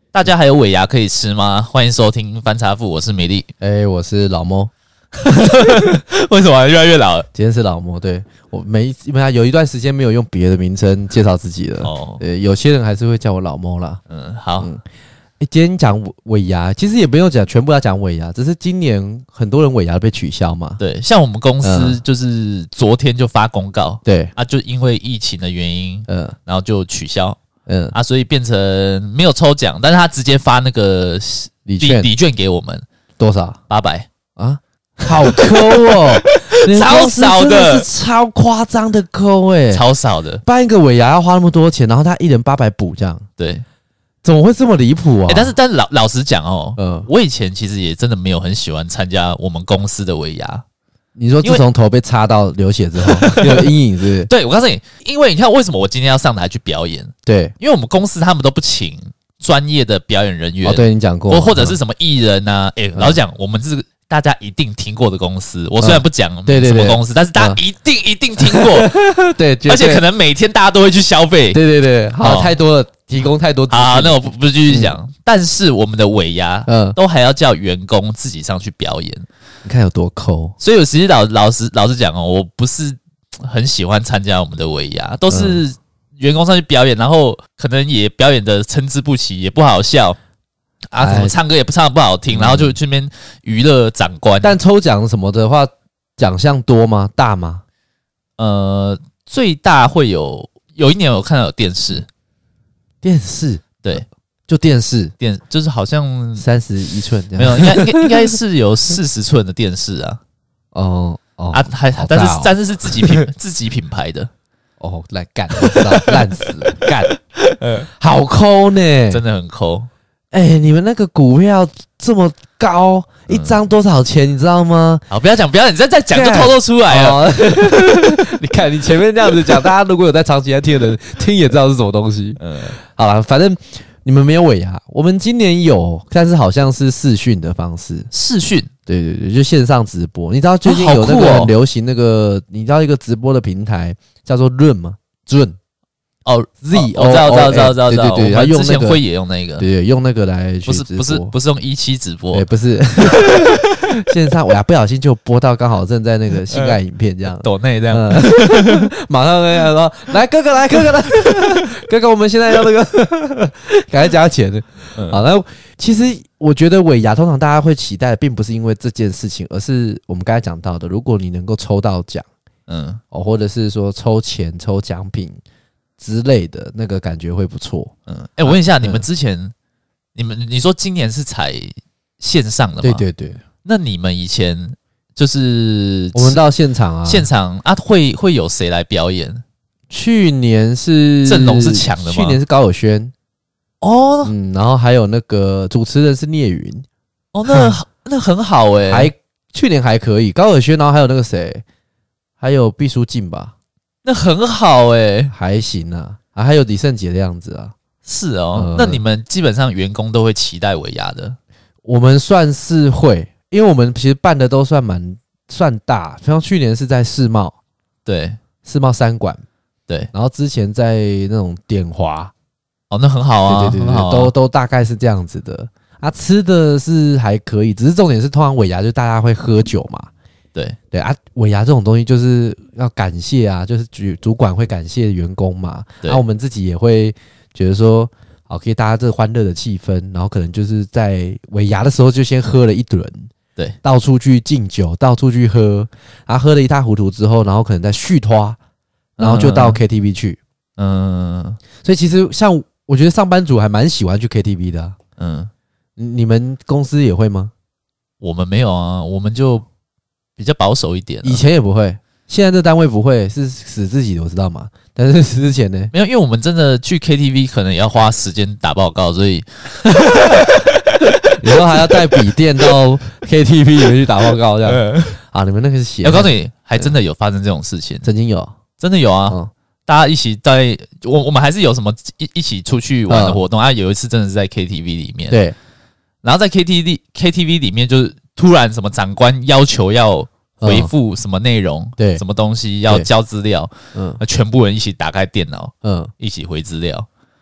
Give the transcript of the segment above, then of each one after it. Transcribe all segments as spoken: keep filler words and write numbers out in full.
大家还有尾牙可以吃吗？欢迎收听翻查富，我是美丽。 哎、欸，我是老猫。 为什么越来越老了？ 今天是老猫，对我没因为有一段时间没有用别的名称介绍自己了。哦，对，有些人还是会叫我老猫啦。 嗯，好。嗯欸、今天讲尾牙，其实也不用讲全部要讲尾牙，只是今年很多人尾牙被取消嘛。 对，像我们公司就是昨天就发公告， 嗯、对啊，就因为疫情的原因，嗯，然后就取消。 嗯啊，所以变成没有抽奖，但是他直接发那个礼券礼券给我们， 多少？ 八百啊，好抠哦， 超少的， 是超夸张的抠哎， 超少的， 办一个尾牙要花那么多钱，然后他一人八百补这样， 对， 怎么会这么离谱啊？ 欸、但是但是老老实讲哦，嗯，我以前其实也真的没有很喜欢参加我们公司的尾牙。 你说自从头被插到流血之后有阴影是不是？ 对，我告诉你，因为你看为什么我今天要上台去表演？ 对， 因为我们公司他们都不请专业的表演人员。 哦，对你讲过， 或或者是什么艺人啊？哎、欸，老实讲，我们是大家一定听过的公司。我虽然不讲什么公司，但是大家一定一定听过。 对， 而且可能每天大家都会去消费。 对对对，好，哦、太多了，提供太多资讯。 好，那我不不继续讲。嗯、但是我们的尾牙，嗯，都还要叫员工自己上去表演。 你看有多抠， 所以我其实老老实老实讲哦，我不是很喜欢参加我们的尾牙，都是员工上去表演，然后可能也表演的参差不齐，也不好笑啊，什么唱歌也不唱得不好听，然后就这边娱乐长官。 但抽奖什么的话，奖项多吗？大吗？ 呃，最大会有有一年我看到有电视， 电视对。 就电视电就是好像三十一寸， 没有，应该应该应该是有四十寸的电视啊。 哦哦啊，还、哦、但是但是是自己品自己品牌的。 哦，来干，我知道，烂死了，干，好抠呢， 真的很抠。 哎、欸，你们那个股票这么高，一张多少钱？你知道吗？ 好，不要讲，不要，你再再讲就透露出来了。哦、 你看你前面这样子讲，大家如果有在长期在听的人，听也知道是什么东西。嗯，好啦，反正。你们没有尾牙，我们今年有，但是好像是视讯的方式。 视讯， 对对对，就线上直播。你知道最近有那个很流行那个，哦哦、你知道一个直播的平台叫做 Zoom 吗 ？Zoom 哦 ，Z， 我知道，知道，知道，知道， 对对对， 他用之前会也用那个， 对对，用那个来去直播， 不是不是不是用一期直播， 对，不是线上尾牙，不小心就播到刚好正在那个性爱影片这样， 抖内这样， 嗯、马上跟他说：“来哥哥，来哥哥来，哥哥，我们现在要那个赶快加钱。嗯”好，那其实我觉得尾牙通常大家会期待，并不是因为这件事情，而是我们刚才讲到的，如果你能够抽到奖，嗯，哦，或者是说抽钱、抽奖品之类的，那个感觉会不错。 嗯，哎、欸，我问一下，嗯、你们之前，你们你说今年是采线上的吗？ 对对对。 那你们以前就是我们到现场啊， 现场啊，会会有谁来表演？ 去年是阵容是强的吗？ 去年是高尔宣哦， 嗯，然后还有那个主持人是聂云哦，那那很好哎、欸， 还去年还可以，高尔宣，然后还有那个谁，还有毕书尽吧， 那很好哎、欸， 还行啊，啊，还有李圣杰的样子啊， 是哦、呃，那你们基本上员工都会期待尾牙的， 我们算是会。因为我们其实办的都算蛮算大，像去年是在世贸， 对， 世贸三馆， 对， 然后之前在那种典华， 哦，那很好啊， 对对对对， 很好啊、 都都大概是这样子的啊。吃的是还可以，只是重点是通常尾牙就大家会喝酒嘛， 对对啊，尾牙这种东西就是要感谢啊，就是主主管会感谢员工嘛，然后、啊、我们自己也会觉得说。好，可以大家这欢乐的气氛，然后可能就是在尾牙的时候就先喝了一轮， 对， 到处去敬酒，到处去喝，然后喝得一塌糊涂之后，然后可能再续拖，然后就到 K T V 去，嗯，所以其实像我觉得上班族还蛮喜欢去 K T V 的、啊，嗯，你们公司也会吗？ 我们没有啊，我们就比较保守一点、啊， 以前也不会。现在这单位不会是死自己的，我知道嘛。但是之前呢， 没有，因为我们真的去 K T V 可能也要花时间打报告，所以以后还要带笔电到 K T V 里面去打报告，这样啊？你们那个是写？ 我告诉你，还真的有发生这种事情， 曾经有， 真的有啊！嗯、大家一起在，我我们还是有什么一一起出去玩的活动、嗯、啊。有一次真的是在 K T V 里面，对，然后在 K T V K T V 里面，就是突然什么长官要求要。回复什么内容？对，什么东西要交资料？嗯，全部人一起打开电脑，嗯，一起回资料。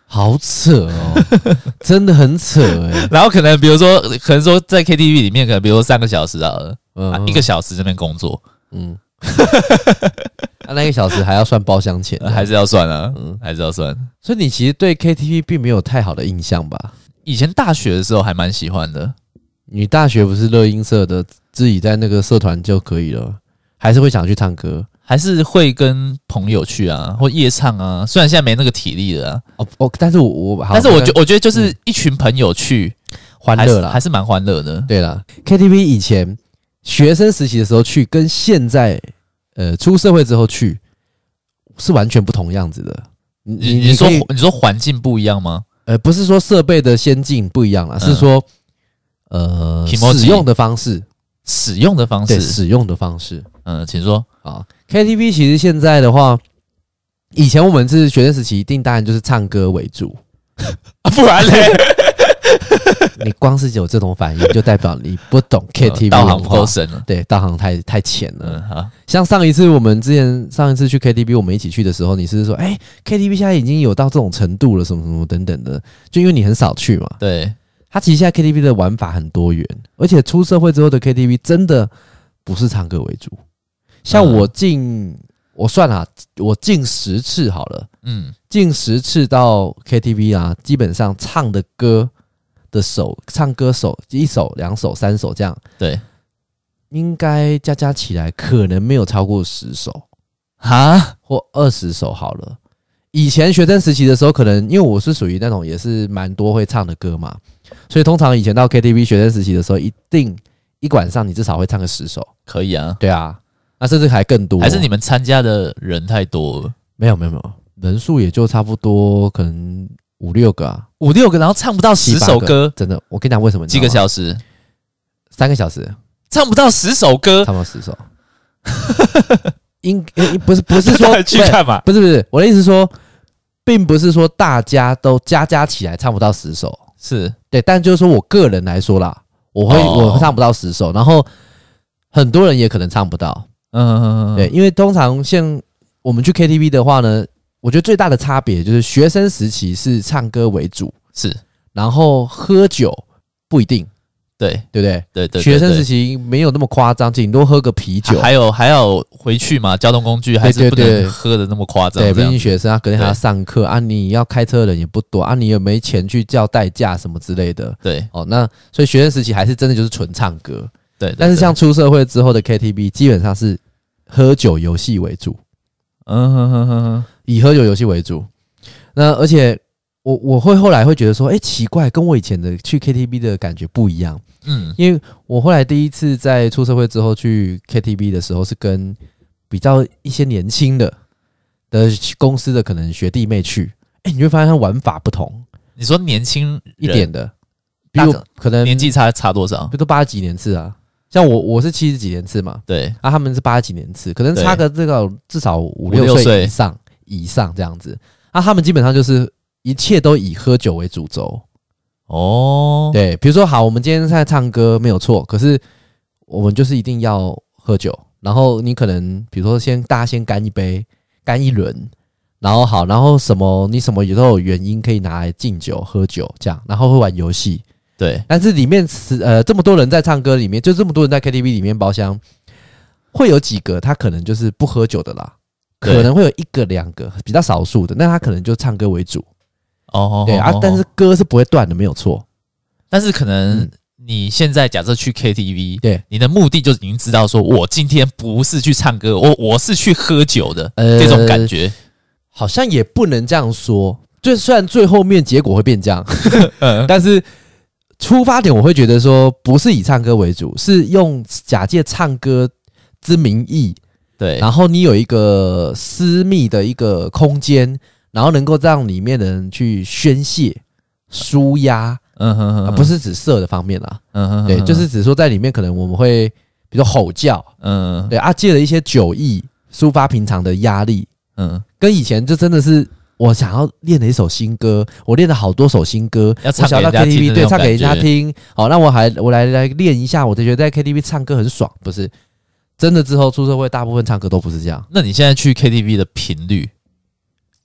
好扯哦，真的很扯哎、欸。 然后可能比如说，可能说在 K T V 里面，可能比如说三个小时啊， 嗯啊一个小时这边工作， 嗯，那、啊、那一个小时还要算包厢钱， 还是要算啊，嗯，还是要算。 所以你其实对 K T V 并没有太好的印象吧？ 以前大学的时候还蛮喜欢的。 你大学不是热音社的，自己在那个社团就可以了，还是会想去唱歌？ 还是会跟朋友去啊，或夜唱啊。虽然现在没那个体力了、啊， 哦哦，但是我我， 但是我觉我觉得就是一群朋友去欢乐啦， 还是蛮欢乐的。 对啦 ，K T V 以前学生时期的时候去，跟现在呃出社会之后去是完全不同样子的。 你你你说你说环境不一样吗？ 呃，不是说设备的先进不一样啦，嗯、是说呃使用的方式， 使用的方式， 对，使用的方式。 嗯，请说啊。K T V 其实现在的话，以前我们是学生时期，一定当然就是唱歌为主， 啊、不然嘞， 你光是有这种反应，就代表你不懂 K T V，、嗯、 道行不够深了， 对，道行太太浅了。 嗯，好， 像上一次我们之前上一次去 K T V， 我们一起去的时候，你是说，哎、欸、，K T V 现在已经有到这种程度了，什么什么等等的，就因为你很少去嘛。 对， 他其实现在 K T V 的玩法很多元，而且出社会之后的 K T V 真的不是唱歌为主。像我近、嗯、我算啦，我近十次好了，嗯，近十次到 K T V 啊，基本上唱的歌的首唱歌手一首、两首、三首这样， 对， 应该加加起来可能没有超过十首哈， 或二十首好了。以前学生时期的时候，可能因为我是属于那种也是蛮多会唱的歌嘛，所以通常以前到 K T V 学生时期的时候，一定一晚上你至少会唱个十首， 可以啊， 对啊。那甚至还更多， 还是你们参加的人太多了？ 没有没有没有，人数也就差不多，可能五六个啊， 五六个，然后唱不到十首歌， 真的，我跟你讲为什么？ 几个小时？ 三个小时， 唱不到十首歌， 唱不到十首。应不是不是说去看嘛？ 不是不是，我的意思是说，并不是说大家都加加起来唱不到十首， 是对，但就是说我个人来说啦，我会、哦、我唱不到十首，然后很多人也可能唱不到。嗯，对，因为通常像我们去 K T V 的话呢，我觉得最大的差别就是学生时期是唱歌为主， 是， 然后喝酒不一定， 对对不对？ 对 对, 对， 学生时期没有那么夸张，顶多喝个啤酒， 还有还要回去嘛，交通工具还是不能喝的那么夸张。 对，毕竟学生啊，隔天还要上课啊，你要开车的人也不多啊，你有没钱去叫代驾什么之类的？ 对， 哦，那所以学生时期还是真的就是纯唱歌。 对, 对, 对， 但是像出社会之后的 K T V， 基本上是喝酒游戏为主，嗯哼哼哼哼，以喝酒游戏为主。那而且我我会后来会觉得说，哎、欸，奇怪，跟我以前的去 K T V 的感觉不一样。嗯，因为我后来第一次在出社会之后去 K T V 的时候，是跟比较一些年轻的的公司的可能学弟妹去，哎、欸，你会发现他玩法不同。 你说年轻一点的，比如可能年纪差差多少？ 比如都八十几年次啊。像我我是七十几年次嘛， 对， 啊，他们是八十几年次，可能差个这个至少五六岁以上以上这样子，啊，他们基本上就是一切都以喝酒为主轴，哦，对，比如说好，我们今天在唱歌没有错，可是我们就是一定要喝酒，然后你可能比如说先大家先干一杯，干一轮，然后好，然后什么你什么也都有原因可以拿来敬酒喝酒这样，然后会玩游戏。 对， 但是里面呃这么多人在唱歌，里面就这么多人在 K T V 里面包厢，会有几个他可能就是不喝酒的啦，可能会有一个两个比较少数的，那他可能就唱歌为主。哦，对啊，但是歌是不会断的，没有错。 但是可能你现在假设去 K T V， 对，你的目的就已经知道说，我今天不是去唱歌，我我是去喝酒的，呃、这种感觉好像也不能这样说。就虽然最后面结果会变这样，但是。出发点我会觉得说，不是以唱歌为主，是用假借唱歌之名义， 对， 然后你有一个私密的一个空间，然后能够让里面的人去宣泄、抒压，嗯哼哼、啊，不是指色的方面啦，嗯哼哼，对，就是指说在里面可能我们会，比如说吼叫，嗯，对啊，借了一些酒意抒发平常的压力，嗯，跟以前就真的是。我想要练了一首新歌，我练了好多首新歌， 要唱给人家听，对，唱给人家听。好，那我还我来来练一下，我就觉得在 K T V 唱歌很爽，不是真的。之后出社会，大部分唱歌都不是这样。 那你现在去 K T V 的频率，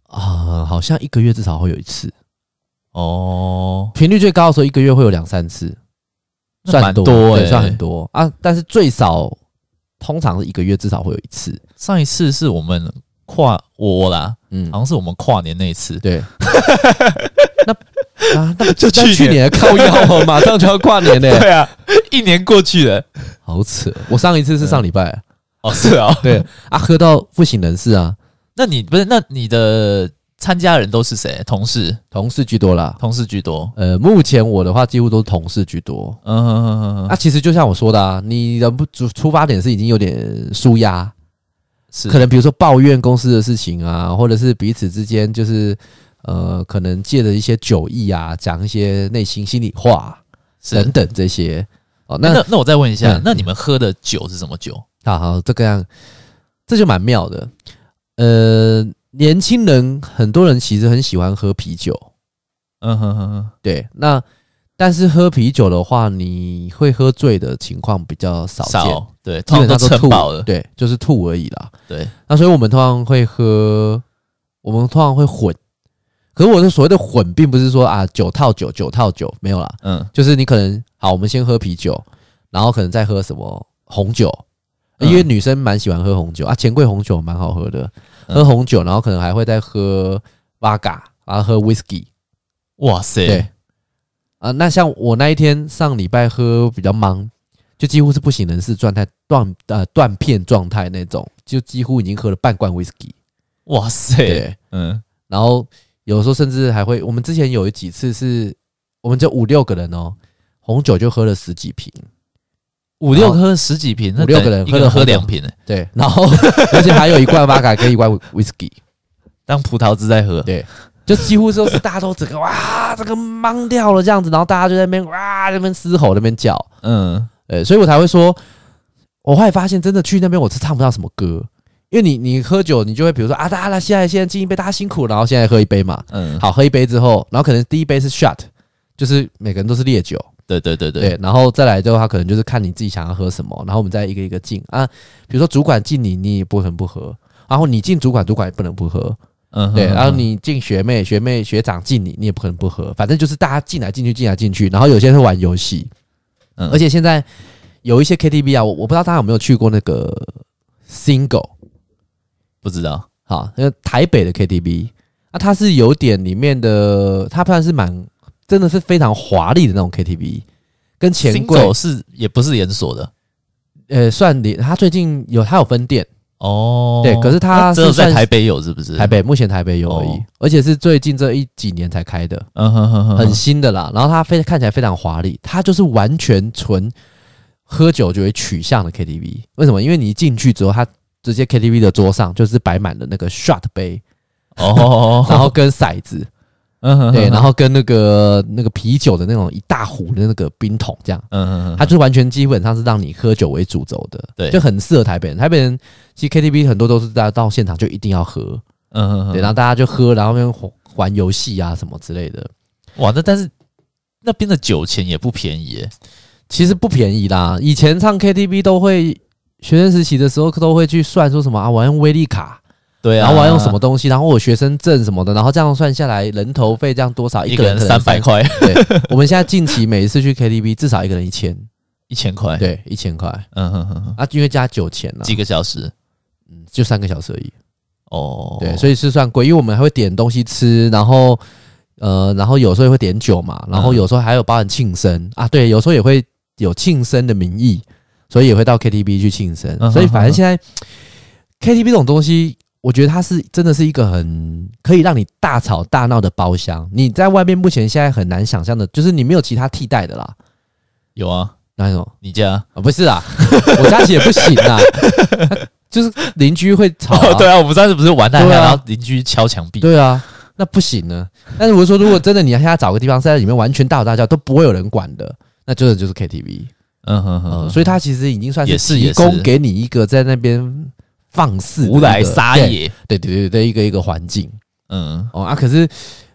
啊、好像一个月至少会有一次。 哦， 频率最高的时候，一个月会有两三次，算多， 多欸对，算很多啊。但是最少通常是一个月至少会有一次。 上一次是我们跨我啦， 嗯好，像是我们跨年那一次。 对。那啊，那就去年去年的靠腰哦，马上就要跨年嘞、 对啊，一年过去了， 好扯。我上一次是上礼拜、啊， 哦，是哦， 对啊，喝到不省人事啊。 那你不是？那你的参加人都是谁？同事， 同事居多啦。 同事居多。 呃，目前我的话几乎都是同事居多。 嗯哼哼哼哼， 啊，其实就像我说的啊，你的不出出发点是已经有点舒压， 是可能比如说抱怨公司的事情啊，或者是彼此之间就是呃，可能借着一些酒意啊，讲一些内心心里话是等等这些。哦， 那那那那我再问一下， 嗯那你们喝的酒是什么酒？ 好好，这个样，这就蛮妙的。呃，年轻人很多人其实很喜欢喝啤酒， 嗯哼哼哼， 对，那但是喝啤酒的话，你会喝醉的情况比较少见， 少对， 基本上都通常都吐撑饱了。 对，就是吐而已啦。 对， 那所以我们通常会喝，我们通常会混。可是我的所谓的混，并不是说啊酒套酒酒套酒没有啦， 嗯， 就是你可能好，我们先喝啤酒，然后可能再喝什么红酒，因为女生蛮喜欢喝红酒啊，钱柜红酒蛮好喝的，喝红酒，然后可能还会再喝 Vodka， 然后喝 Whisky。 哇塞， 对啊，那像我那一天上礼拜喝比较忙，就几乎是不省人事状态，断呃断片状态那种，就几乎已经喝了半罐 Whisky。 哇塞， 对， 嗯， 然后有时候甚至还会，我们之前有几次是，我们就五六个人哦，红酒就喝了十几瓶， 五六喝十几瓶，那五六个人一个喝了喝两瓶， 对，然后而且还有一罐 Vodka 跟一罐 Whisky， 当葡萄汁在喝。 对，就几乎都是大家都整个哇，这个懵掉了这样子，然后大家就在那边哇，在那边嘶吼，在那边叫， 嗯， 呃，所以我才会说，我后来发现真的去那边我是唱不到什么歌，因为你你喝酒，你就会比如说啊，大家现在现在敬一杯，大家辛苦，然后现在喝一杯嘛， 嗯， 好，喝一杯之后，然后可能第一杯是 shot， 就是每个人都是烈酒， 对对对对， 对， 然后再来之后，他可能就是看你自己想要喝什么，然后我们再一个一个敬啊，比如说主管敬你，你也不能不喝，然后你敬主管，主管也不能不喝， 嗯， 对，然后你敬学妹，学妹学长敬你，你也不可能不喝，反正就是大家进来进去，进来进去，然后有些人会玩游戏， 嗯， 而且现在有一些 K T V 啊，我我不知道大家有没有去过那个 Single。 不知道， 好，那台北的 K T V， 啊，它是有点里面的，它算是蛮真的是非常华丽的那种 K T V， 跟钱柜 Single 是也不是连锁的呃算连，它最近有它有分店哦， 对，可是它只有是算在台北有是不是？ 台北目前台北有而已， 哦而且是最近这一几年才开的， 嗯哼哼哼， 很新的啦。然后它非看起来非常华丽，它就是完全纯喝酒就会取向的 K T V。为什么？因为你一进去之后，它直接 K T V 的桌上就是摆满了那个 shot 杯， 哦， 然后跟骰子， 嗯哼哼， 对，然后跟那个那个啤酒的那种一大壶的那个冰桶，这样， 嗯哼哼， 它就完全基本上是让你喝酒为主轴的， 对就很适合台北人。台北人其实 K T V 很多都是大家到现场就一定要喝， 嗯哼哼， 对，然后大家就喝，然后那边玩游戏啊什么之类的。 哇，那但是那边的酒钱也不便宜耶， 其实不便宜啦。以前唱 K T V 都会，学生时期的时候都会去算说什么啊，我要用威力卡， 对啊， 然后我要用什么东西，然后我学生证什么的，然后这样算下来人头费这样多少？ 一个人一个人三百块， 对，我们现在近期每一次去 K T V 至少一个人一千， 一千块，， 对，一千块嗯哼哼哼， 啊，因为加酒钱啊， 几个小时， 嗯，就三个小时而已。 哦， 对，所以是算贵，因为我们还会点东西吃，然后呃，然后有时候也会点酒嘛，然后有时候还有包含庆生啊，对，有时候也会有庆生的名义，所以也会到 K T V 去庆生。 嗯哼哼所以反正现在 K T V 这种东西，我觉得它是真的是一个很可以让你大吵大闹的包厢。你在外面目前现在很难想象的，就是你没有其他替代的啦。 有啊， 哪一种你家啊？不是啊，我家其实也不行啊，就是邻居会吵、啊哦，对啊，我们上次不是玩太嗨， 对啊然后邻居敲墙壁， 对啊，那不行呢。但是我说，如果真的你现在找个地方是在里面完全大吼大叫都不会有人管的，那真的就是 K T V。 嗯哼哼嗯， 哼， 所以它其实已经算是也是提供给你一个在那边放肆的一个胡来撒野， 对对对对，一个一个环境嗯， 哦啊。可是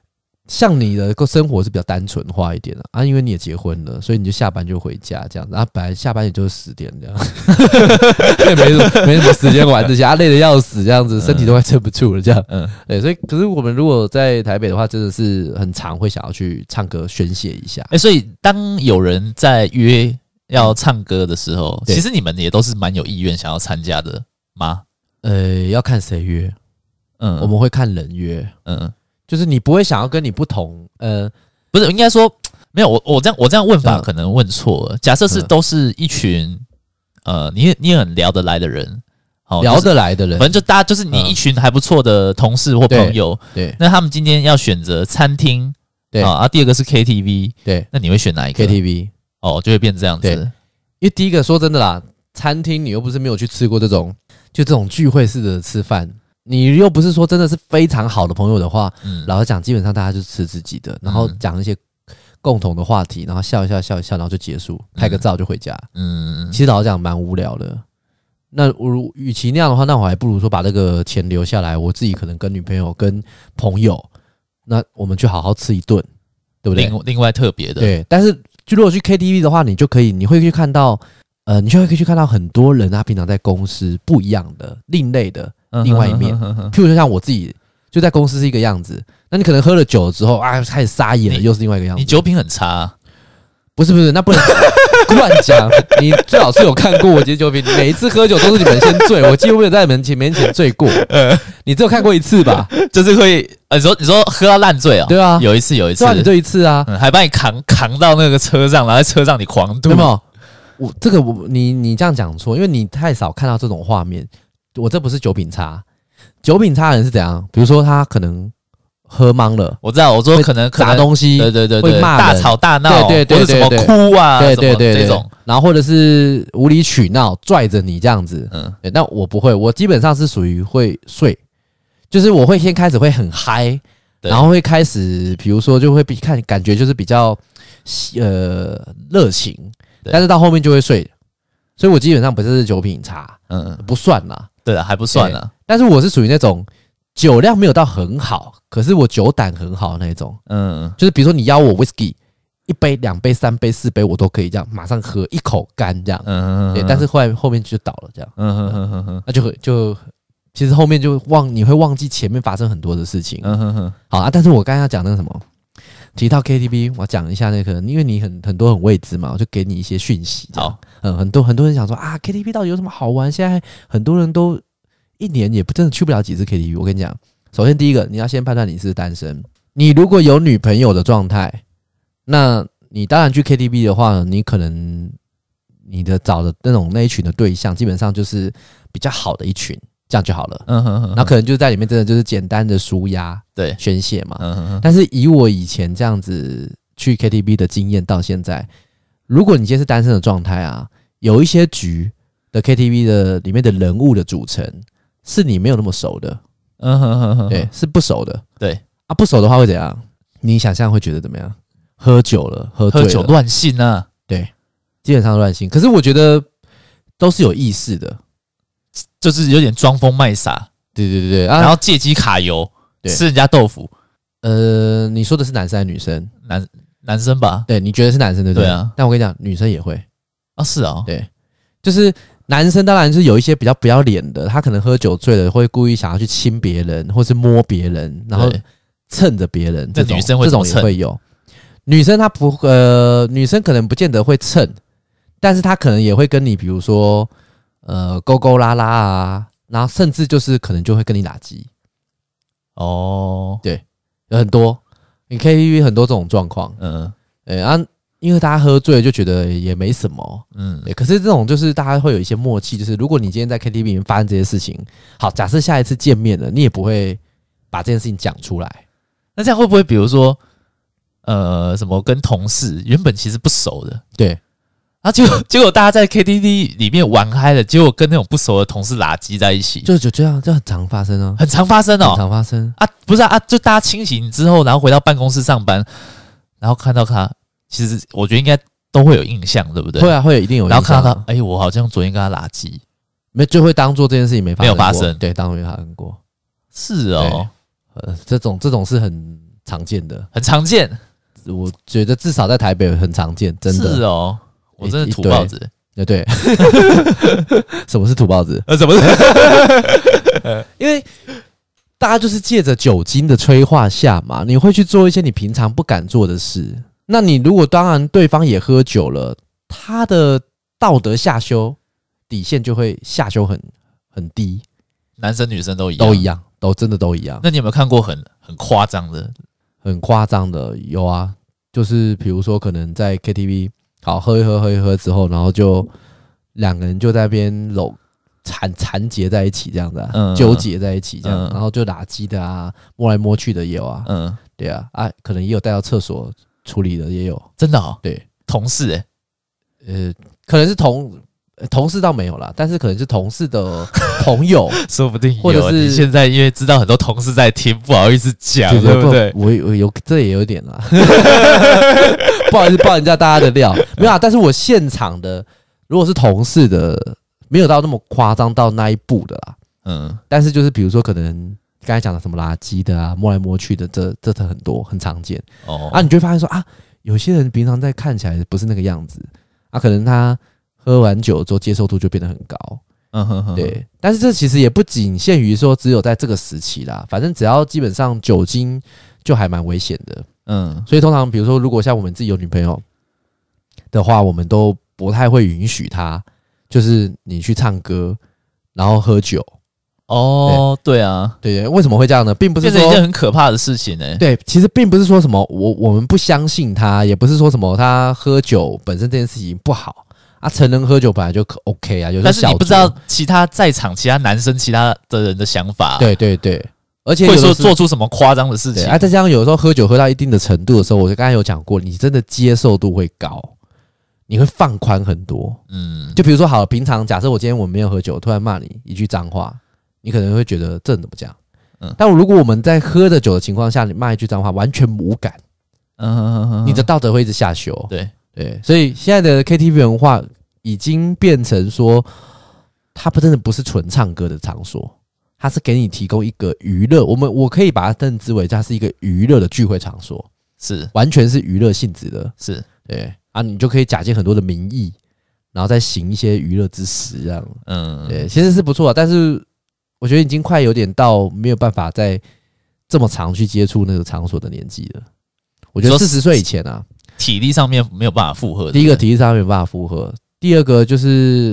像你的生活是比较单纯化一点的 啊, 啊，因为你也结婚了，所以你就下班就回家这样子啊。本来下班也就是十点这样，也没什么没什么时间玩这些啊，累得要死这样子，身体都快撑不住了这样。嗯，对，所以可是我们如果在台北的话，真的是很常会想要去唱歌宣泄一下。 哎、欸，所以当有人在约要唱歌的时候，其实你们也都是蛮有意愿想要参加的吗？ 呃，要看谁约，嗯，我们会看人约，嗯。就是你不会想要跟你不同，呃， 不是应该说没有我我这样我这样问法可能问错了。假设是都是一群呃，你你很聊得来的人， 好聊得来的人， 反正就大家就是你一群还不错的同事或朋友， 对，对那他们今天要选择餐厅，对啊，第二个是 K T V， 对，那你会选哪一个 ？K T V 哦，就会变这样子。 因为第一个说真的啦，餐厅你又不是没有去吃过这种就这种聚会式的吃饭。你又不是说真的是非常好的朋友的话，嗯，老实讲，基本上大家就吃自己的，然后讲一些共同的话题，然后笑一笑笑一笑，然后就结束，拍个照就回家。嗯，其实老实讲蛮无聊的。那我与其那样的话，那我还不如说把这个钱留下来，我自己可能跟女朋友、跟朋友，那我们去好好吃一顿，对不对？ 另另外特别的， 对。但是就如果去 K T V 的话，你就可以，你会去看到，呃，你就会可以去看到很多人啊，平常在公司不一样的、另类的。另外一面，譬如说像我自己就在公司是一个样子，那你可能喝了酒之后啊，开始撒野了，又是另外一个样子。 你酒品很差、啊， 不是不是，那不能乱讲。你最好是有看过我今天酒品，每一次喝酒都是你们先醉，我几乎没有在你们前面前醉过。你只有看过一次吧？ 就是会，呃、你说你说喝到烂醉啊、喔？ 对啊， 有一次有一次， 对啊，你这一次啊、 嗯，还把你扛扛到那个车上，然后在车上你狂吐， 有没有？我这个我你你这样讲错，因为你太少看到这种画面。我这不是酒品差，酒品差的人是怎样？比如说他可能喝懵了， 我知道，我说可能砸东西， 对对对对， 会骂大吵大闹， 对对对对， 或者什么哭啊， 对对对这种， 然后或者是无理取闹，拽着你这样子，嗯，对，但我不会，我基本上是属于会睡，就是我会先开始会很嗨，然后会开始，比如说就会比看感觉就是比较呃热情，但是到后面就会睡。所以我基本上不是酒品差，嗯，不算啦， 对了，还不算啦。 但是我是属于那种酒量没有到很好，可是我酒胆很好的那种，嗯，就是比如说你邀我 whisky 一杯、两杯、三杯、四杯，我都可以这样马上喝一口干这样，嗯，对。但是后来后面就倒了这样，嗯哼哼哼哼，那就就其实后面就忘你会忘记前面发生很多的事情，嗯哼哼。好啊，但是我刚才要讲那个什么。提到 K T V， 我讲一下那个，因为你很很多很未知嘛，我就给你一些讯息。好，嗯，很多很多人想说啊 ，K T V 到底有什么好玩？现在很多人都一年也不真的去不了几次 K T V。我跟你讲，首先第一个，你要先判断你是单身。你如果有女朋友的状态，那你当然去 K T V 的话，你可能你的找的那种那一群的对象，基本上就是比较好的一群。这样就好了，嗯哼哼，然后可能就在里面真的就是简单的抒压、对宣泄嘛，嗯哼哼。但是以我以前这样子去 K T V 的经验到现在，如果你今天是单身的状态啊，有一些局的 K T V 的里面的人物的组成是你没有那么熟的，嗯哼哼哼，对，是不熟的，对啊，不熟的话会怎样？你想象会觉得怎么样？喝酒了，喝醉了， 喝酒乱性啊， 对，基本上乱性。可是我觉得都是有意识的。 就是有点装疯卖傻， 对对对对， 啊、然后借机卡油，吃人家豆腐。 呃，你说的是男生还是女生？ 男男生吧？ 对，你觉得是男生对不对？ 对啊。 但我跟你讲，女生也会啊，是啊、哦， 对，就是男生当然是有一些比较不要脸的，他可能喝酒醉了会故意想要去亲别人，或是摸别人，然后蹭着别人。这种女生会这种也会有。女生她不呃，女生可能不见得会蹭，但是她可能也会跟你，比如说。呃，勾勾拉拉啊，然后甚至就是可能就会跟你打击哦，对，有很多，你 K T V 很多这种状况，嗯，对啊，因为大家喝醉了就觉得也没什么，嗯，对，可是这种就是大家会有一些默契，就是如果你今天在 K T V 里面发生这些事情，好，假设下一次见面了，你也不会把这件事情讲出来， 那这样会不会比如说，呃，什么跟同事原本其实不熟的， 对。 然后结果，结果大家在 K T V 里面玩嗨了，结果跟那种不熟的同事拉鸡在一起， 就就这样，这很常发生哦， 很常发生哦， 很常发生啊，不是啊，啊就大家清醒之后，然后回到办公室上班，然后看到他，其实我觉得应该都会有印象，对不对？ 会啊，会有一定有印象。 然后看到他，哎、欸，我好像昨天跟他拉鸡， 没就会当做这件事情没发生过， 没有发生， 对，当做没发生过， 是哦， 呃，这种这种是很常见的， 很常见。 我觉得至少在台北很常见，真的是哦。我真的土包子， 对对。什么是土包子？ 呃，什么是？ 因为大家就是借着酒精的催化下嘛，你会去做一些你平常不敢做的事。那你如果当然对方也喝酒了，他的道德下修底线就会下修很很低。 男生女生都一样， 都一样，都真的都一样。 那你有没有看过很很夸张的？ 很夸张的有啊，就是比如说可能在 K T V。好，喝一喝，喝一喝之后，然后就两个人就在那边搂缠缠结在一起，这样子啊，嗯、纠结在一起这样，嗯、然后就打击的啊，摸来摸去的也有啊，嗯，对啊，啊，可能也有带到厕所处理的也有， 真的哦， 对， 同事哎、 欸，呃，可能是同同事倒没有啦，但是可能是同事的朋友， 说不定有， 或者是你现在因为知道很多同事在听，不好意思讲，对, 对不对？ 我我有这也有一点啦。不好意思爆人家大家的料，没有啊。但是我现场的，如果是同事的，没有到那么夸张到那一步的啦。嗯，但是就是比如说，可能刚才讲的什么垃圾的啊，摸来摸去的，这这很多，很常见。哦，啊，你就会发现说啊，有些人平常在看起来不是那个样子，啊，可能他喝完酒之后接受度就变得很高。嗯哼哼，对。但是这其实也不仅限于说只有在这个时期啦，反正只要基本上酒精就还蛮危险的。嗯，所以通常比如说，如果像我们自己有女朋友的话，我们都不太会允许她，就是你去唱歌，然后喝酒。 哦，对, 对啊， 对对，为什么会这样呢？并不是说变成一件很可怕的事情呢、欸。 对，其实并不是说什么我我们不相信他，也不是说什么他喝酒本身这件事情不好啊，成人喝酒本来就 OK 啊，有但是你不知道其他在场其他男生其他的人的想法、啊。 对对对。而且会说做出什么夸张的事情啊！再加上有时候喝酒喝到一定的程度的时候，我就刚才有讲过，你真的接受度会高，你会放宽很多。嗯，就比如说好了，平常假设我今天我没有喝酒，突然骂你一句脏话，你可能会觉得这人怎么讲？嗯，但如果我们在喝着酒的情况下，你骂一句脏话，完全无感，嗯，你的道德会一直下修。 对对，所以现在的 K T V 文化已经变成说，它不真的不是纯唱歌的场所。它是给你提供一个娱乐，我们我可以把它认知为它是一个娱乐的聚会场所， 是完全是娱乐性质的， 是对啊，你就可以假借很多的名义，然后再行一些娱乐之实，这样，嗯，对，其实是不错的，但是我觉得已经快有点到没有办法再这么长去接触那个场所的年纪了。我觉得四十岁以前啊， 体力上面没有办法负荷。 第一个体力上面没有办法负荷，第二个就是。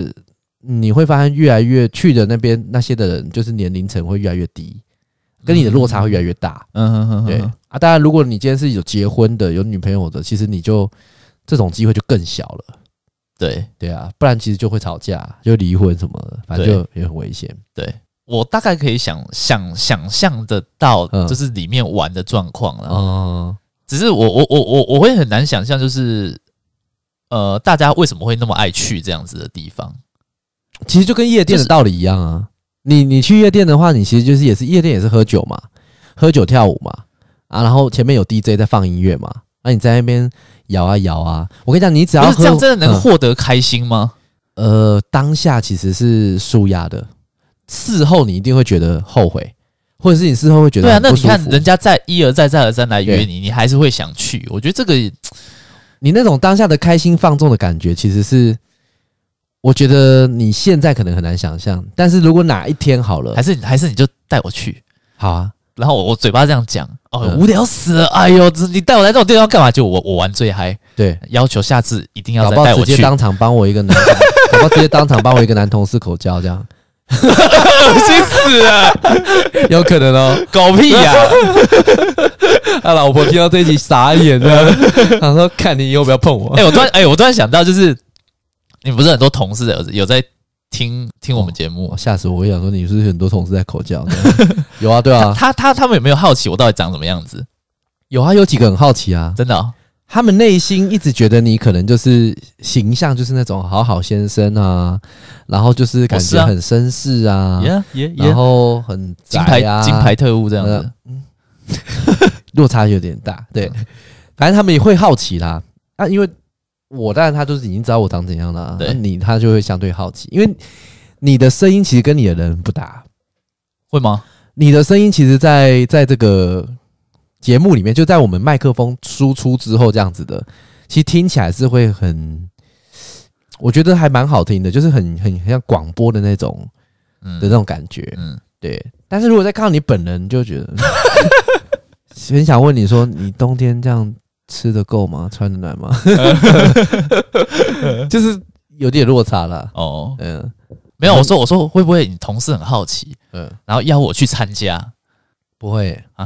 你会发现越来越去的那边那些的人，就是年龄层会越来越低，跟你的落差会越来越大。嗯哼哼，对啊。当然，如果你今天是有结婚的、有女朋友的，其实你就这种机会就更小了。 对对啊，不然其实就会吵架、就离婚什么的，反正就也很危险。 对，我大概可以想想想象得到，就是里面玩的状况了。嗯，只是我我我我我会很难想象，就是呃，大家为什么会那么爱去这样子的地方？ 其实就跟夜店的道理一样啊，就是、你你去夜店的话，你其实就是也是夜店也是喝酒嘛，喝酒跳舞嘛，啊，然后前面有 D J 在放音乐嘛，那、啊、你在那边摇啊摇啊，我跟你讲，你只要喝这样真的能获得开心吗？ 嗯、呃，当下其实是舒压的，事后你一定会觉得后悔，或者是你事后会觉得对啊，那你看人家再一而再再而三来约你，你还是会想去，我觉得这个你那种当下的开心放纵的感觉，其实是。我觉得你现在可能很难想象，但是如果哪一天好了， 还是还是你就带我去， 好啊。 然后我我嘴巴这样讲，哦，嗯、无聊死了，哎呦，你带我来这种地方干嘛？就我我玩最嗨， 对， 要求下次一定要再带我去， 直接当场帮我一个男，搞不好直接当场帮我一个男同事口交这样， 恶心死了， 有可能哦， 狗屁呀、啊！ 他老婆听到这一集傻眼了，他说：“看你以后不要碰我。” 哎、欸，我突然哎、欸，我突然想到就是。你不是很多同事有有在听听我们节目？ 吓、哦、死我！我想说你是不是很多同事在口交？有啊，对啊。 他他他们有没有好奇我到底长什么样子？ 有啊，有几个很好奇啊， 真的、哦。 他们内心一直觉得你可能就是形象就是那种好好先生啊，然后就是感觉很绅士啊， 啊 yeah, yeah, 然后很宅啊， 金牌金牌特务这样子， 嗯、落差有点大。对，反正他们也会好奇啦。啊，因为。我当然他就是已经知道我长怎样了、啊，那你他就会相对好奇，因为你的声音其实跟你的人不搭， 会吗？ 你的声音其实在在这个节目里面，就在我们麦克风输出之后这样子的，其实听起来是会很，我觉得还蛮好听的，就是很很很像广播的那种的那种感觉，嗯，对。但是如果再看到你本人，就觉得很想问你说，你冬天这样吃得够吗？穿得暖吗？就是有点落差啦。哦，嗯， 没有，我说我说会不会你同事很好奇，嗯，然后邀我去参加？ 不会啊，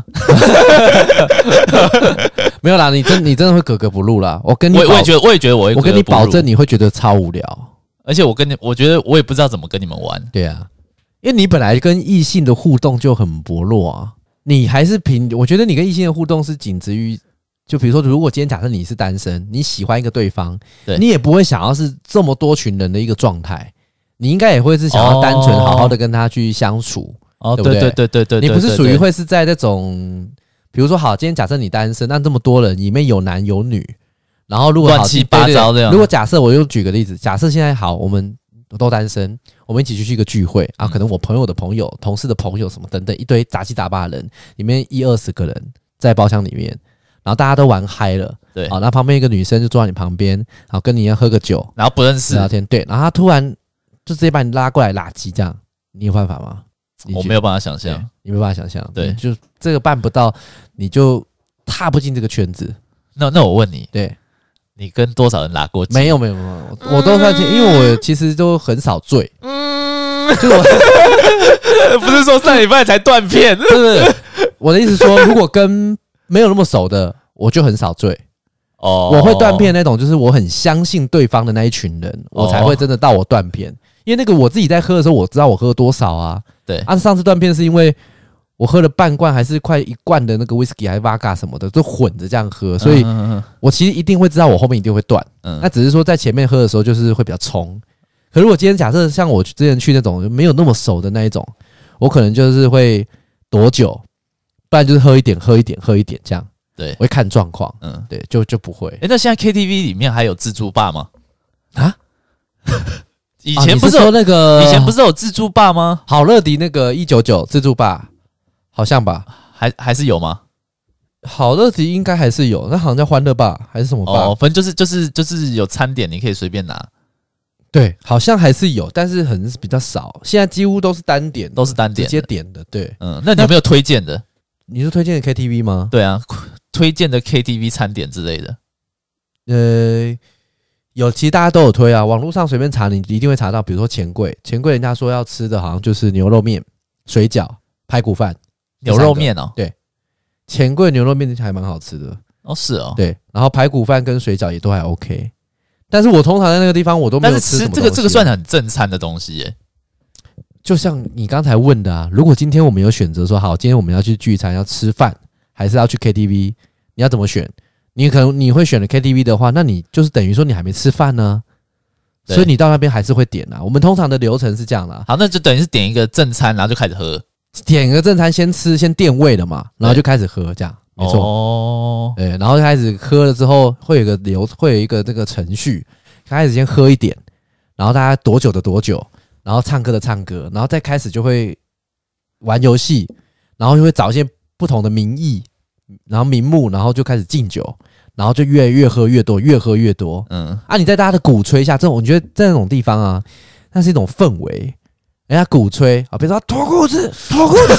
没有啦，你真你真的会格格不入啦。我跟你， 我也觉得，我也觉得我会格格不入， 我跟你保证你会觉得超无聊， 而且我跟你，我觉得我也不知道怎么跟你们玩。 对啊，因为你本来跟异性的互动就很薄弱啊，你还是凭，我觉得你跟异性的互动是仅止于，就比如说，如果今天假设你是单身，你喜欢一个对方，对你也不会想要是这么多群人的一个状态，你应该也会是想要单纯好好的跟他去相处。哦，对不对？ 对对对对对， 你不是属于会是在那种，比如说，好，今天假设你单身，那这么多人里面有男有女，然后如果乱七八糟这样， 如果假设我又举个例子，假设现在好，我们都单身，我们一起去一个聚会啊，可能我朋友的朋友、同事的朋友什么等等一堆杂七杂八的人，里面一二十个人在包厢里面，然后大家都玩嗨了，对，好，那旁边一个女生就坐在你旁边，然后跟你要喝个酒， 然后不认识聊天，对，然后她突然就直接把你拉过来拉鸡，这样，你有办法吗？ 我没有办法想象， 你没办法想象， 对， 就这个办不到，你就踏不进这个圈子。 那那我问你， 对， 你跟多少人拉过？ 没有没有没有，我都算清，因为我其实都很少醉。嗯，就我不是说上礼拜才断片， 不是我的意思说，如果跟没有那么熟的，我就很少醉。哦，我会断片那种，就是我很相信对方的那一群人，我才会真的到我断片。因为那个我自己在喝的时候，我知道我喝了多少啊。对，啊，上次断片是因为我喝了半罐还是快一罐的那个 whisky 还是 vodka 什么的，都混着这样喝，所以我其实一定会知道我后面一定会断。嗯，那只是说在前面喝的时候就是会比较冲。可如果今天假设像我之前去那种没有那么熟的那一种，我可能就是会多久，不然就是喝一点喝一点喝一点这样。对，我会看状况。嗯，对，就就不会。 哎、欸，那现在 K T V 里面还有自助吧吗？啊？以前啊、 不是有那个， 以前不是有自助吧吗？ 好乐迪那个一九九自助吧，好像吧， 还还是有吗？ 好乐迪应该还是有，那好像叫欢乐吧还是什么吧？ 哦，反正就是就是就是有餐点，你可以随便拿。 对，好像还是有，但是很比较少。现在几乎都是单点， 都是单点， 直接点的。对， 嗯，那你有没有推荐的？ 你是推荐的 K T V 吗？ 对啊，推荐的 K T V 餐点之类的。 呃。有，其实大家都有推啊，网络上随便查，你一定会查到。比如说钱柜，钱柜人家说要吃的好像就是牛肉面、水饺、排骨饭、 牛肉面哦。 对，钱柜牛肉面还蛮好吃的哦，是哦。 对，然后排骨饭跟水饺也都还 OK。但是我通常在那个地方我都没有吃什么东西、啊。 但是吃这个这个算很正餐的东西耶。 就像你刚才问的啊，如果今天我们有选择说，好，今天我们要去聚餐要吃饭，还是要去 K T V， 你要怎么选？你可能你会选了 K T V 的话，那你就是等于说你还没吃饭呢、啊，所以你到那边还是会点啊。我们通常的流程是这样啦， 好，那就等于是点一个正餐，然后就开始喝， 点一个正餐先吃，先垫胃了嘛，然后就开始喝，这样没错。哦，对，然后开始喝了之后，会有一个流，会有一个这个程序，开始先喝一点，然后大家多久的多久，然后唱歌的唱歌，然后再开始就会玩游戏，然后就会找一些不同的名义，然后名目，然后就开始敬酒。然后就越越喝越多，越喝越多。嗯，啊，你在大家的鼓吹下，这种我觉得在那种地方啊，那是一种氛围。人家鼓吹啊，比如说脱裤子，脱裤子，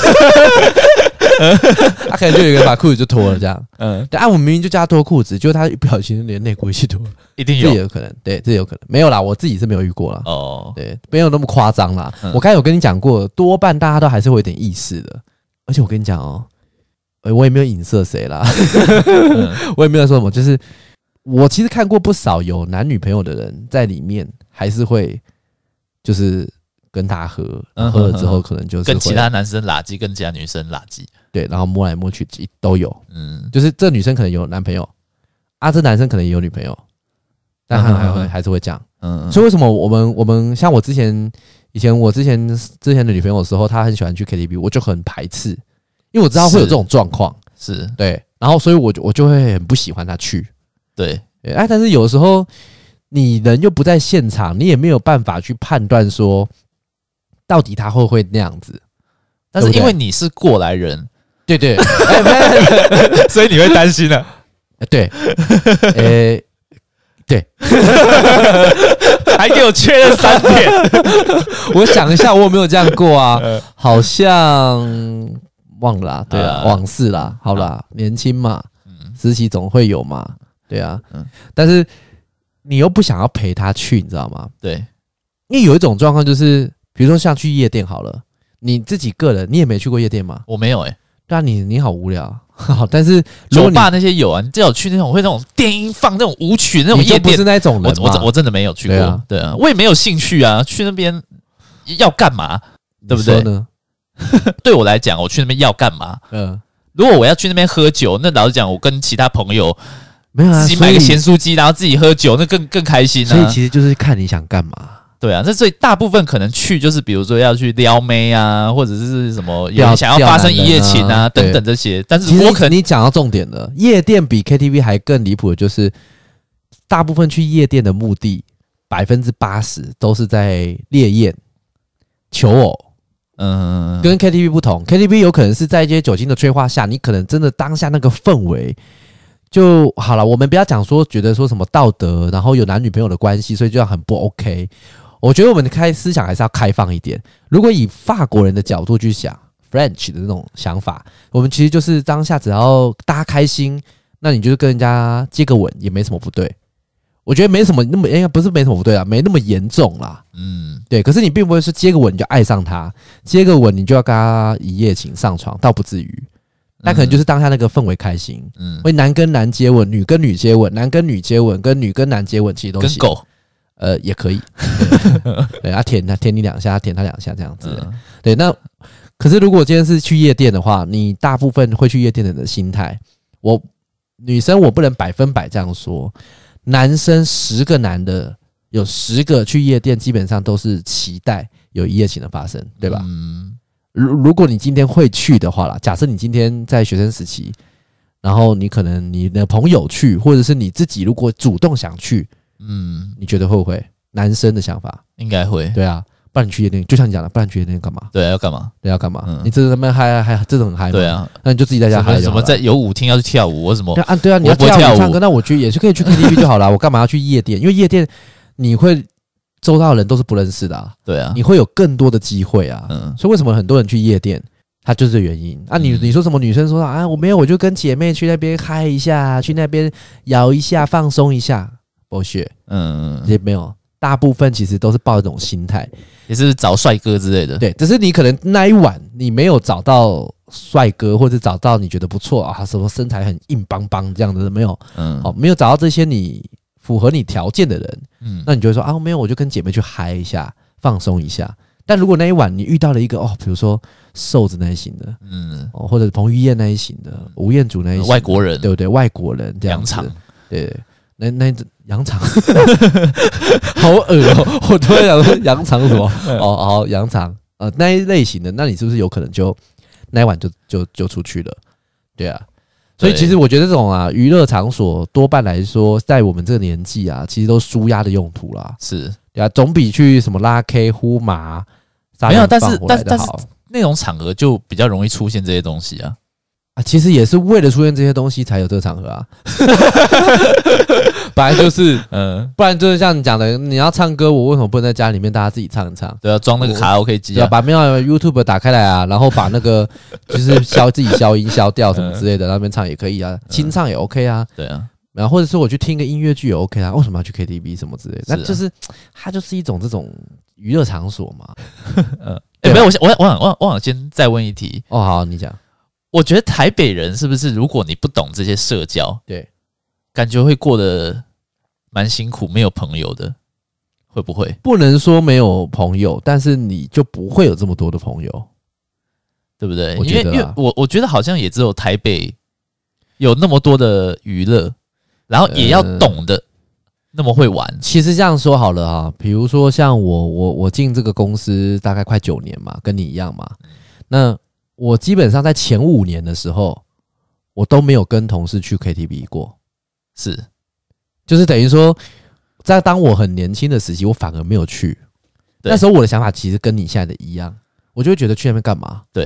他、啊、可能就有一个人把裤子就脱了这样。嗯，但啊，我们明明就叫他脱裤子，结果他不小心连内裤一起脱， 一定有， 这也有可能。对，这也有可能。没有啦，我自己是没有遇过啦。哦，对，没有那么夸张啦。嗯、我刚才有跟你讲过，多半大家都还是会有点意识的。而且我跟你讲哦。我也没有影射谁啦，我也没有说什么，就是我其实看过不少有男女朋友的人在里面，还是会就是跟他喝，嗯、喝了之后可能就是跟其他男生拉鸡，跟其他女生拉鸡， 对，然后摸来摸去都有，嗯，就是这女生可能有男朋友，啊，这男生可能也有女朋友，但他还会还是会这样，嗯，所以为什么我们我们像我之前以前我之前之前的女朋友的时候，她很喜欢去 K T V， 我就很排斥。因为我知道会有这种状况， 是对，然后所以我就我就会很不喜欢他去， 对， 哎，但是有时候你人又不在现场，你也没有办法去判断说到底他会不会那样子。 但是因为你是过来人， 对对，哎、欸， 所以你会担心啊？ 对，呃、欸，对， 还给我确认三遍。 我想一下，我有没有这样过啊？好像忘了啦，对啊，往事啦，好啦，年轻嘛，时期总会有嘛，对啊，但是你又不想要陪他去，你知道吗？ 对， 因为有一种状况就是，比如说像去夜店好了，你自己个人你也没去过夜店吗？ 我没有哎、欸。 对啊，你你好无聊。好，但是酒吧那些有啊，你最好去那种会那种电音放那种舞曲那种夜店， 不是那种人嘛。 我我我真的没有去过，对 啊, 对啊，我也没有兴趣啊。去那边要干嘛？对不对？呢？对我来讲，我去那边要干嘛？嗯，如果我要去那边喝酒，那老实讲，我跟其他朋友没有啊， 自己买个咸酥鸡，然后自己喝酒，那更更开心啊。 所以其实就是看你想干嘛。 对啊，那所以大部分可能去就是比如说要去撩妹啊，或者是什么有人想要发生一夜情啊等等这些。但是我可能你讲到重点了，夜店比 K T V 还更离谱的就是，大部分去夜店的目的百分之八十都是在猎艳、求偶。嗯，跟 K T V 不同 ，K T V 有可能是在一些酒精的催化下，你可能真的当下那个氛围就好了。我们不要讲说觉得说什么道德，然后有男女朋友的关系，所以就要很不 OK。我觉得我们的开思想还是要开放一点。如果以法国人的角度去想 ，French 的那种想法，我们其实就是当下只要大家开心，那你就是跟人家接个吻也没什么不对。我觉得没什么那么，应该不是没什么不对啦，没那么严重啦。嗯，对。可是你并不会是接个吻你就爱上他，接个吻你就要跟他一夜情上床，倒不至于。那可能就是当下那个氛围开心。嗯，会男跟男接吻，女跟女接吻，男跟女接吻，跟女跟男接吻，其实都行。 跟狗。 呃，也可以，对，他舔他舔你两下，他舔他两下这样子、嗯。对，那可是如果今天是去夜店的话，你大部分会去夜店的人的心态，我女生我不能百分百这样说，男生十个男的有十个去夜店，基本上都是期待有一夜情的发生，对吧？嗯。如如果你今天会去的话啦，假设你今天在学生时期，然后你可能你的朋友去，或者是你自己如果主动想去。嗯，你觉得会不会？男生的想法应该会， 对啊，不然你去夜店，就像你讲的，不然你去夜店干嘛？ 对啊，要干嘛？ 对，要干嘛？嗯、你这他妈嗨嗨，这种很嗨， 对啊， 那你就自己在家嗨。 什么在有舞厅要去跳舞，我什么？ 啊，对啊，你要跳舞唱歌，那我觉得也是可以去 K T V 就好了。我干嘛要去夜店？因为夜店你会周遭的人都是不认识的、啊， 对啊， 你会有更多的机会啊。嗯，所以为什么很多人去夜店？他就是这原因啊你！你你说什么女生说啊，我没有，我就跟姐妹去那边嗨一下，去那边摇一下，放松一下。bullshit， 嗯，也没有，大部分其实都是抱一种心态， 也是找帅哥之类的。 对，只是你可能那一晚你没有找到帅哥，或者找到你觉得不错啊，什么身材很硬邦邦这样的没有，嗯，好，没有找到这些你符合你条件的人，嗯，那你就会说啊，没有，我就跟姐妹去嗨一下，放松一下。但如果那一晚你遇到了一个哦，比如说瘦子那一型的，嗯，哦，或者彭于晏那一型的，吴彦祖那一型的外国人， 对不对？外国人这样子， 洋场， 对。那那羊肠好恶哦！我突然想说羊肠什么？哦哦，羊肠呃那一类型的，那你是不是有可能就那一晚就就就出去了？对啊，所以其实我觉得这种啊娱乐场所多半来说，在我们这个年纪啊，其实都舒压的用途啦。 是， 对啊，总比去什么拉 K 呼麻没有，但是但但是那种场合就比较容易出现这些东西啊。 啊，其实也是为了出现这些东西才有这个场合啊，本来就是，嗯，不然就是像你讲的，你要唱歌，我为什么不能在家里面大家自己唱一唱？ 对啊，装那个卡拉 OK 机啊， 对啊，把没有 YouTube 打开来啊，然后把那个就是消自己消音消掉什么之类的，那边唱也可以啊，清唱也 OK 啊， 对啊， 然后或者说我去听个音乐剧也 OK 啊，为什么要去 K T V 什么之类的？那就是它就是一种这种娱乐场所嘛。 嗯，哎，没有，我想我我想我想我想先再问一题哦，好，你讲。 我觉得台北人是不是，如果你不懂这些社交， 对， 感觉会过得蛮辛苦，没有朋友的，会不会？ 不能说没有朋友，但是你就不会有这么多的朋友， 对不对？因为因为我我觉得好像也只有台北有那么多的娱乐，然后也要懂得那么会玩。 呃、其实这样说好了啊，比如说像我我我进这个公司大概快九年嘛，跟你一样嘛，那。我基本上在前五年的时候，我都没有跟同事去 K T V 过， 是， 就是等于说，在当我很年轻的时期，我反而没有去。那时候我的想法其实跟你现在的一样，我就会觉得去那边干嘛？ 对。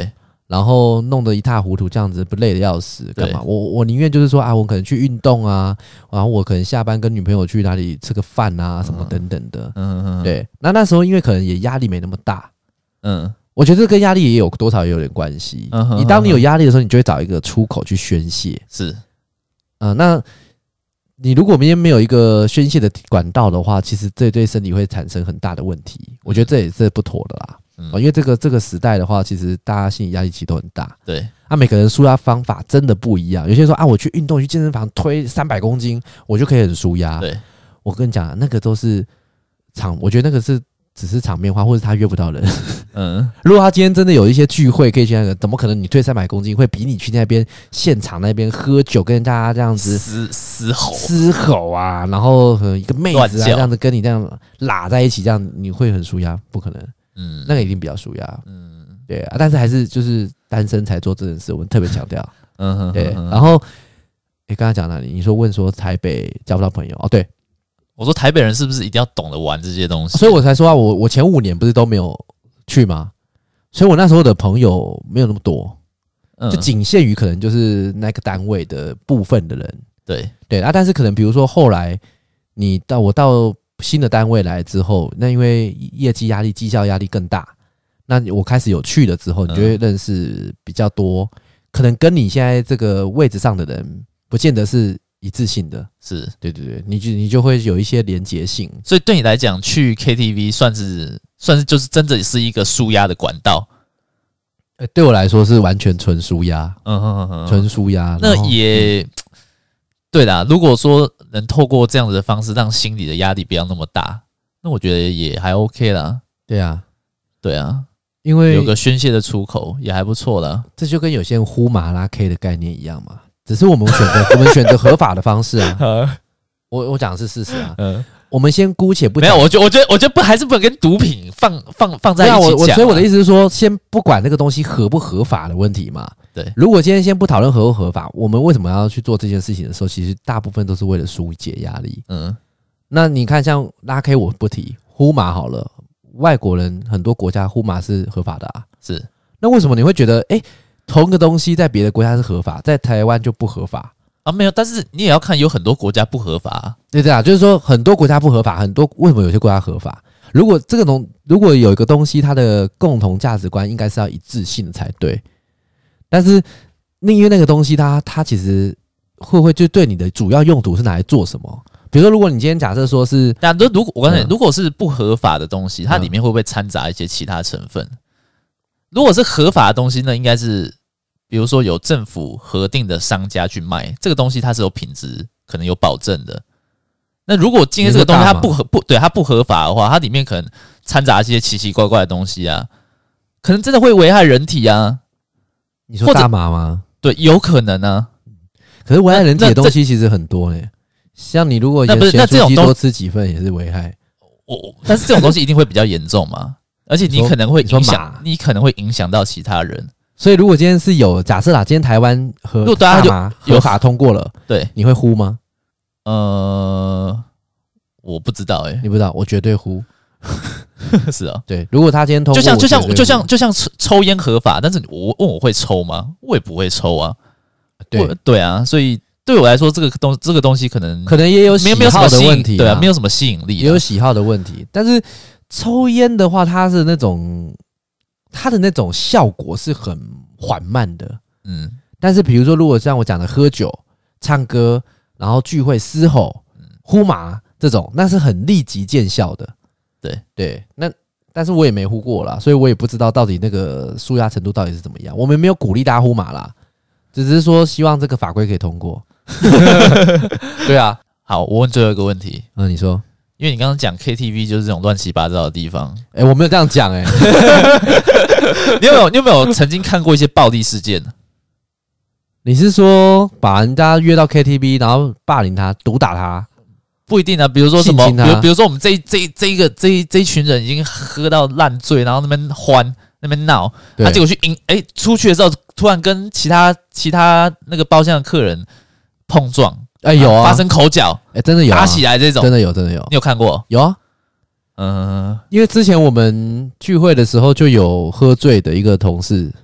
然后弄得一塌糊涂，这样子不累得要死，干嘛？我我宁愿就是说啊，我可能去运动啊，然后我可能下班跟女朋友去哪里吃个饭啊，什么等等的。嗯嗯，对。那那时候因为可能也压力没那么大，嗯，我觉得这跟压力也有多少也有点关系。嗯，你当你有压力的时候，你就会找一个出口去宣泄。 是， 嗯，那你如果明天没有一个宣泄的管道的话，其实这对身体会产生很大的问题。我觉得这也是不妥的啦。嗯、因为这个这个时代的话，其实大家心理压力其实都很大。 对， 啊，每个人抒压方法真的不一样。有些人说啊，我去运动，去健身房推三百公斤，我就可以很抒压。 对， 我跟你讲，那个都是场，我觉得那个是只是场面话，或者他约不到人。嗯，如果他今天真的有一些聚会可以去那个，怎么可能你推三百公斤会比你去那边现场那边喝酒跟大家这样子嘶嘶吼嘶吼啊，然后一个妹子啊这样子跟你这样拉在一起，这样你会很抒压？不可能。嗯，那个一定比较舒压。嗯，对啊，但是还是就是单身才做这件事，我们特别强调。嗯哼，对。然后，你刚才讲哪里？你说问说台北交不到朋友哦？对， 我说台北人是不是一定要懂得玩这些东西？ 所以我才说啊，我我前五年不是都没有去吗？所以我那时候的朋友没有那么多，就仅限于可能就是那个单位的部分的人。 对对啊，但是可能比如说后来你到我到。新的单位来之后，那因为业绩压力、绩效压力更大，那我开始有去了之后，你就会认识比较多，嗯、可能跟你现在这个位置上的人，不见得是一致性的。 是， 对对对，你就你就会有一些连结性。 所以对你来讲，去 K T V 算是算是就是真的是一个抒压的管道。 呃，对我来说是完全纯抒压，嗯哼哼，纯抒压。 那也、嗯、对啦，如果说能透过这样子的方式让心理的压力不要那么大，那我觉得也还 OK 啦。 对啊， 对啊， 因为有个宣泄的出口也还不错啦。 这就跟有些人呼麻拉 K 的概念一样嘛，只是我们选择我们选择合法的方式啊。我我讲的是事实啊。嗯，我们先姑且不讲， 没有，我觉得我觉得我觉得不还是不能跟毒品放放放在一起讲、啊。 我我所以我的意思是说，先不管那个东西合不合法的问题嘛。 对， 如果今天先不讨论合不合法，我们为什么要去做这件事情的时候，其实大部分都是为了疏解压力。嗯，那你看，像拉 K 我不提，呼麻好了，外国人很多国家呼麻是合法的啊。 是， 那为什么你会觉得，哎、欸，同一个东西在别的国家是合法，在台湾就不合法啊？没有，但是你也要看，有很多国家不合法、啊。 对对啊，就是说很多国家不合法，很多为什么有些国家合法？如果这个东，如果有一个东西，它的共同价值观应该是要一致性的才对。但是，因为那个东西它，它它其实会不会就对你的主要用途是拿来做什么？比如说，如果你今天假设说是， 但如果我刚才、嗯、如果是不合法的东西，它里面会不会掺杂一些其他成分？嗯、如果是合法的东西呢，应该是比如说有政府核定的商家去卖这个东西，它是有品质可能有保证的。那如果今天这个东西它不合不对它不合法的话，它里面可能掺杂一些奇奇怪怪的东西啊，可能真的会危害人体啊。 你说大麻吗？ 对，有可能啊。 可是危害人体的东西其实很多嘞，像你如果那不是那这种多吃几份也是危害。 我但是这种东西一定会比较严重嘛，而且你可能会影响，你, 你可能会影响到其他人。 所以如果今天是有假设啦，今天台湾和大麻合法通过了， 对， 你会呼吗？ 呃，我不知道哎、欸， 你不知道，我绝对呼。 是啊， 对，如果他今天通过， 就像就像就像就像抽烟合法，但是我问我会抽吗？我也不会抽啊。 对对啊，所以对我来说，这个东这个东西可能可能也有喜好的问题、啊， 对啊，没有什么吸引力、啊， 也有喜好的问题。但是抽烟的话，它是那种它的那种效果是很缓慢的，嗯。但是比如说，如果像我讲的喝酒、唱歌，然后聚会、嘶吼、呼麻这种，那是很立即见效的。 对对，那但是我也没呼过啦，所以我也不知道到底那个抒压程度到底是怎么样。我们没有鼓励大家呼麻啦，只是说希望这个法规可以通过。对啊， 好，我问最后一个问题。 嗯，你说， 因为你刚刚讲 K T V 就是这种乱七八糟的地方。 哎、欸，我没有这样讲哎、欸。 你有没有你有没有曾经看过一些暴力事件？ 你是说把人家约到 K T V， 然后霸凌他、毒打他？ 不一定啊，比如说什么，比如比如说我们这这这一个这一这一群人已经喝到烂醉，然后那边欢那边闹，他、啊、结果去迎哎、欸、出去的时候，突然跟其他其他那个包厢的客人碰撞， 哎、欸、有啊， 发生口角， 哎、欸、真的有、啊、 打起来这种， 真的有真的有， 你有看过？ 有啊，嗯，因为之前我们聚会的时候就有喝醉的一个同事，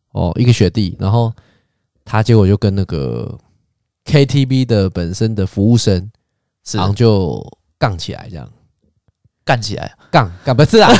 哦，一个学弟，然后他结果就跟那个 K T V 的本身的服务生， 是然后就杠起来，这样干起来， 杠杠不是啊？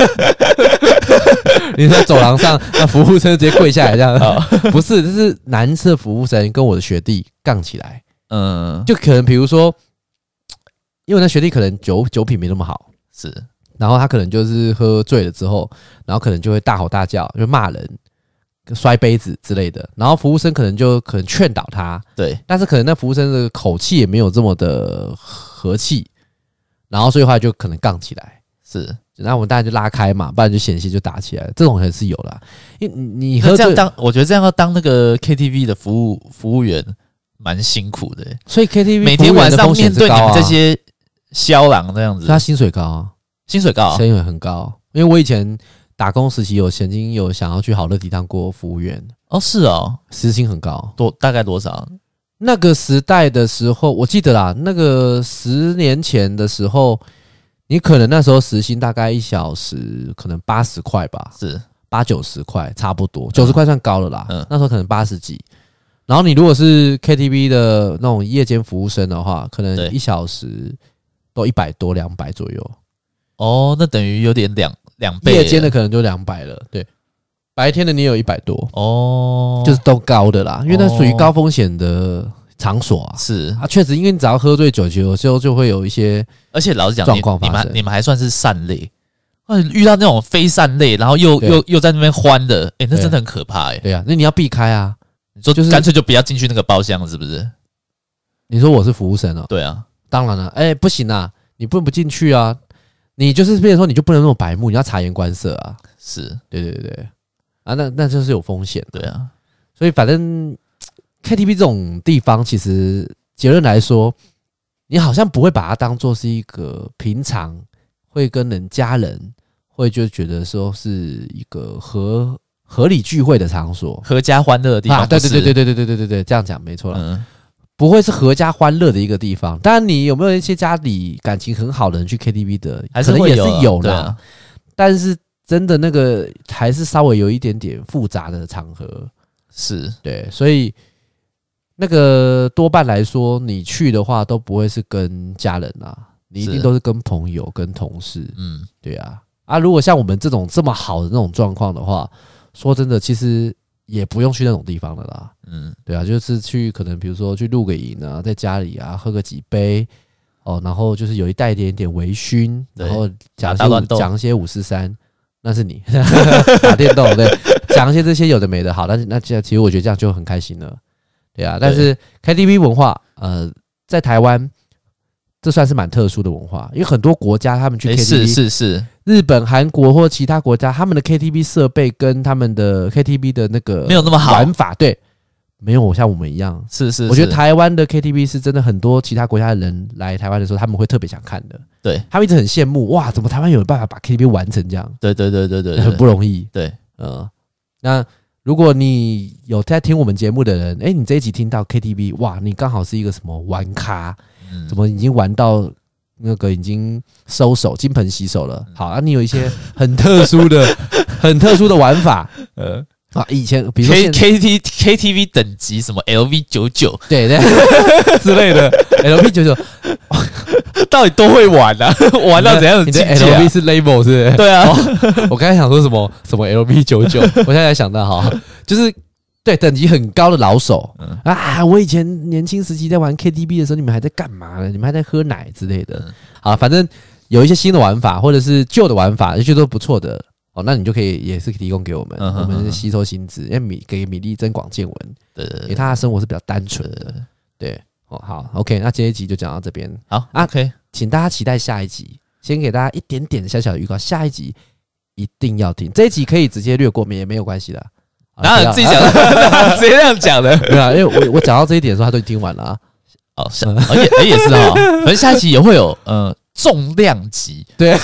你在走廊上，那服务生直接跪下来这样，不是，这是男色服务生跟我的学弟杠起来，嗯，就可能比如说，因为那学弟可能酒酒品没那么好， 是， 然后他可能就是喝醉了之后，然后可能就会大吼大叫，就骂人。摔杯子之类的，然后服务生可能就可能劝导他， 对， 但是可能那服务生的口气也没有这么的和气，然后所以后来就可能杠起来， 是， 然后我们大家就拉开嘛，不然就险些就打起来，这种还是有啦。因为你喝这样当，我觉得这样要当那个 K T V 的服务服务员蛮辛苦的， 所以 K T V 每天晚上面对你们这些肖郎这样子， 他薪水高啊， 薪水高， 薪水很高，因为我以前。打工时期有曾经有想要去好乐迪当过服务员哦，是哦， 时薪很高， 多大概多少？ 那个时代的时候，我记得啦，那个十年前的时候，你可能那时候时薪大概一小时可能八十块吧， 是八九十块差不多，九十块算高了啦。 嗯， 那时候可能八十几。然后你如果是 K T V 的那种夜间服务生的话，可能一小时都一百多两百左右。 哦，那等于有点两。两倍， 夜间的可能就两百了，对，白天的你有一百多哦，就是都高的啦，因为那属于高风险的场所啊， 是啊，确实，因为你只要喝醉酒，有时候就会有一些， 而且老实讲， 状况发生， 你们你们还算是善类，遇到那种非善类，然后又又又在那边欢的，哎、欸，那真的很可怕哎、欸。 对啊，那你要避开啊， 你说就是干脆就不要进去那个包厢，是不是？ 你说我是服务生哦， 对啊， 当然了，哎、欸，不行啊，你不能不进去啊。你就是变成说，你就不能那么白目，你要察言观色啊！ 是， 对对对啊，那那就是有风险的， 对啊。 所以反正 K T V 这种地方，其实结论来说，你好像不会把它当做是一个平常会跟人家人会就觉得说是一个合合理聚会的场所， 合家欢乐的地方。 啊，对对对对对对对对对对，这样讲没错了。 嗯。 不会是合家欢乐的一个地方，当然你有没有一些家里感情很好的人去 K T V 的， 还是可能也是有啦、 啊。 但是真的那个还是稍微有一点点复杂的场合， 是对，所以那个多半来说，你去的话都不会是跟家人啊，你一定都是跟朋友、跟同事，嗯，对啊，啊，如果像我们这种这么好的那种状况的话，说真的，其实。也不用去那种地方了啦，嗯，对啊，就是去可能比如说去露个营啊，在家里啊喝个几杯哦，然后就是有一带一点点微醺，然后讲些讲一些五四三，那是你打电动对，讲一些这些有的没的好，但是那其实我觉得这样就很开心了，对啊，但是 K T V 文化呃在台湾这算是蛮特殊的文化，因为很多国家他们去 K T V、欸、 是是是。 日本、韩国或其他国家，他们的 K T V 设备跟他们的 K T V 的那个没有那么好玩法，对，没有像我们一样。 是 是, 是， 我觉得台湾的 K T V 是真的很多其他国家的人来台湾的时候，他们会特别想看的。 对，他们一直很羡慕，哇，怎么台湾有办法把 K T V 玩成这样？ 对对对对 对, 對， 很不容易。 对， 呃，那如果你有在听我们节目的人，哎、欸，你这一集听到 K T V， 哇，你刚好是一个什么玩咖，嗯、怎么已经玩到？那个已经收手金盆洗手了，好啊！你有一些很特殊的、很特殊的玩法，呃啊，以前比如说 K T K T V 等级什么 L V 九九， 对对之类的 L V 九九， 到底都会玩啊？玩到怎样的境界、啊？ 你的 L V 是 label 是不是？ 对啊， 哦、我刚才想说什么什么 L V 九九，我现在才想到哈，就是。对，等级很高的老手、嗯、啊！我以前年轻时期在玩 K T V 的时候，你们还在干嘛呢？你们还在喝奶之类的。嗯、好，反正有一些新的玩法，或者是旧的玩法，就觉得不错的哦，那你就可以也是提供给我们，嗯、哼哼我们吸收新知，因为米给米粒增广见闻。对对对，因为他的生活是比较单纯的。对, 對, 對, 對哦，好 ，OK， 那这一集就讲到这边。 好啊 ，OK， 请大家期待下一集。先给大家一点点小小的预告，下一集一定要听。这一集可以直接略过，也没有关系的。 然后你自己讲的，直接这样讲的， 对啊，因为我我讲到这一点的时候，他都听完了啊。 哦，是，而且也也是哈，反正下一集也会有呃重量级， 对，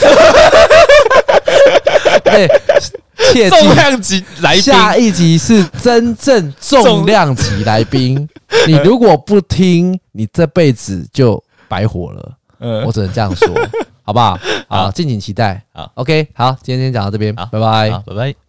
对，切记重量级来宾， 下一集是真正重量级来宾。你如果不听，你这辈子就白活了。嗯，我只能这样说，好不好？好，敬请期待。好 ，OK， 好，今天先讲到这边，拜拜， 好，拜拜。